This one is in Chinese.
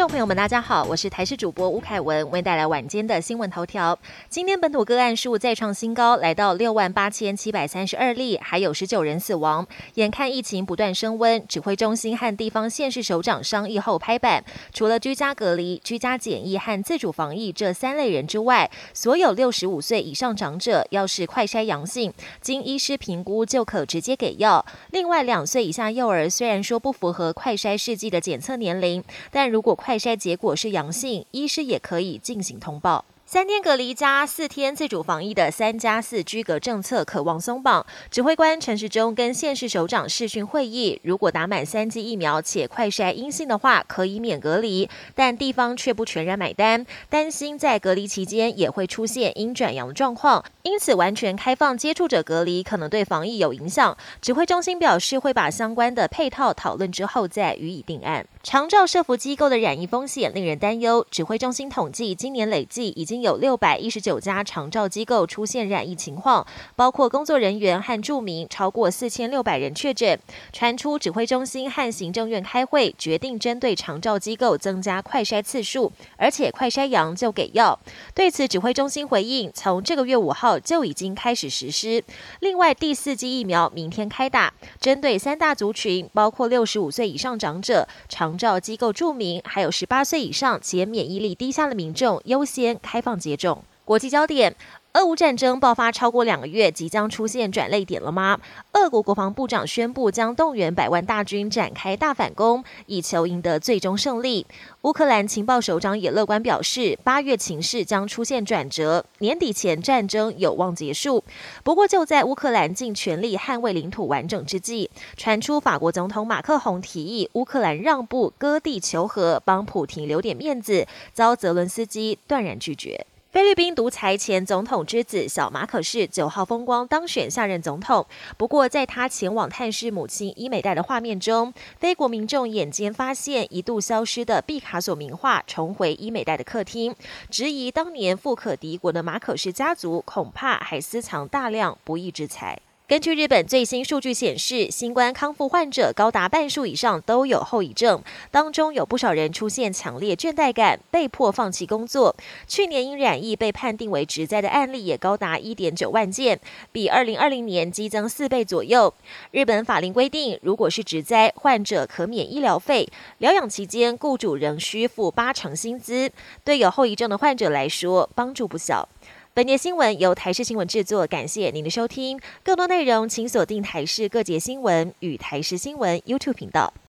众朋友们，大家好，我是台视主播吴凯文，为带来晚间的新闻头条。今天本土个案数再创新高，来到68732例，还有19人死亡。眼看疫情不断升温，指挥中心和地方县市首长商议后拍板，除了居家隔离、居家检疫和自主防疫这3类人之外，所有65岁以上长者要是快筛阳性，经医师评估就可直接给药。另外，2岁以下幼儿虽然说不符合快筛试剂的检测年龄，但如果快筛结果是阳性，医师也可以进行通报。3天隔离加4天自主防疫的3+4居隔政策可望松绑。指挥官陈时中跟县市首长视讯会议，如果打满3剂疫苗且快筛阴性的话，可以免隔离，但地方却不全然买单，担心在隔离期间也会出现阴转阳的状况，因此完全开放接触者隔离可能对防疫有影响。指挥中心表示会把相关的配套讨论之后再予以定案。长照社福机构的染疫风险令人担忧，指挥中心统计，今年累计已经有619家长照机构出现染疫情况，包括工作人员和住民超过4600人确诊。传出指挥中心和行政院开会，决定针对长照机构增加快筛次数，而且快筛阳就给药。对此，指挥中心回应，从这个月5号就已经开始实施。另外，第4剂疫苗明天开打，针对3大族群，包括65岁以上长者、长照机构住民，还有18岁以上且免疫力低下的民众，优先开放接种。国际焦点：俄乌战争爆发超过2个月，即将出现转捩点了吗？俄国国防部长宣布将动员100万大军展开大反攻，以求赢得最终胜利。乌克兰情报首长也乐观表示，8月情势将出现转折，年底前战争有望结束。不过，就在乌克兰尽全力捍卫领土完整之际，传出法国总统马克宏提议乌克兰让步割地求和，帮普廷留点面子，遭泽伦斯基断然拒绝。菲律宾独裁前总统之子小马可仕9号风光当选下任总统，不过在他前往探视母亲伊美代的画面中，非国民众眼尖发现一度消失的毕卡索名画重回伊美代的客厅，质疑当年富可敌国的马可仕家族恐怕还私藏大量不义之财。根据日本最新数据显示，新冠康复患者高达半数以上都有后遗症，当中有不少人出现强烈倦怠感，被迫放弃工作。去年因染疫被判定为职灾的案例也高达 1.9 万件，比2020年激增4倍左右。日本法令规定，如果是职灾，患者可免医疗费，疗养期间雇主仍需付80%薪资。对有后遗症的患者来说，帮助不小。本节新闻由台视新闻制作，感谢您的收听。更多内容请锁定台视各节新闻与台视新闻 YouTube 频道。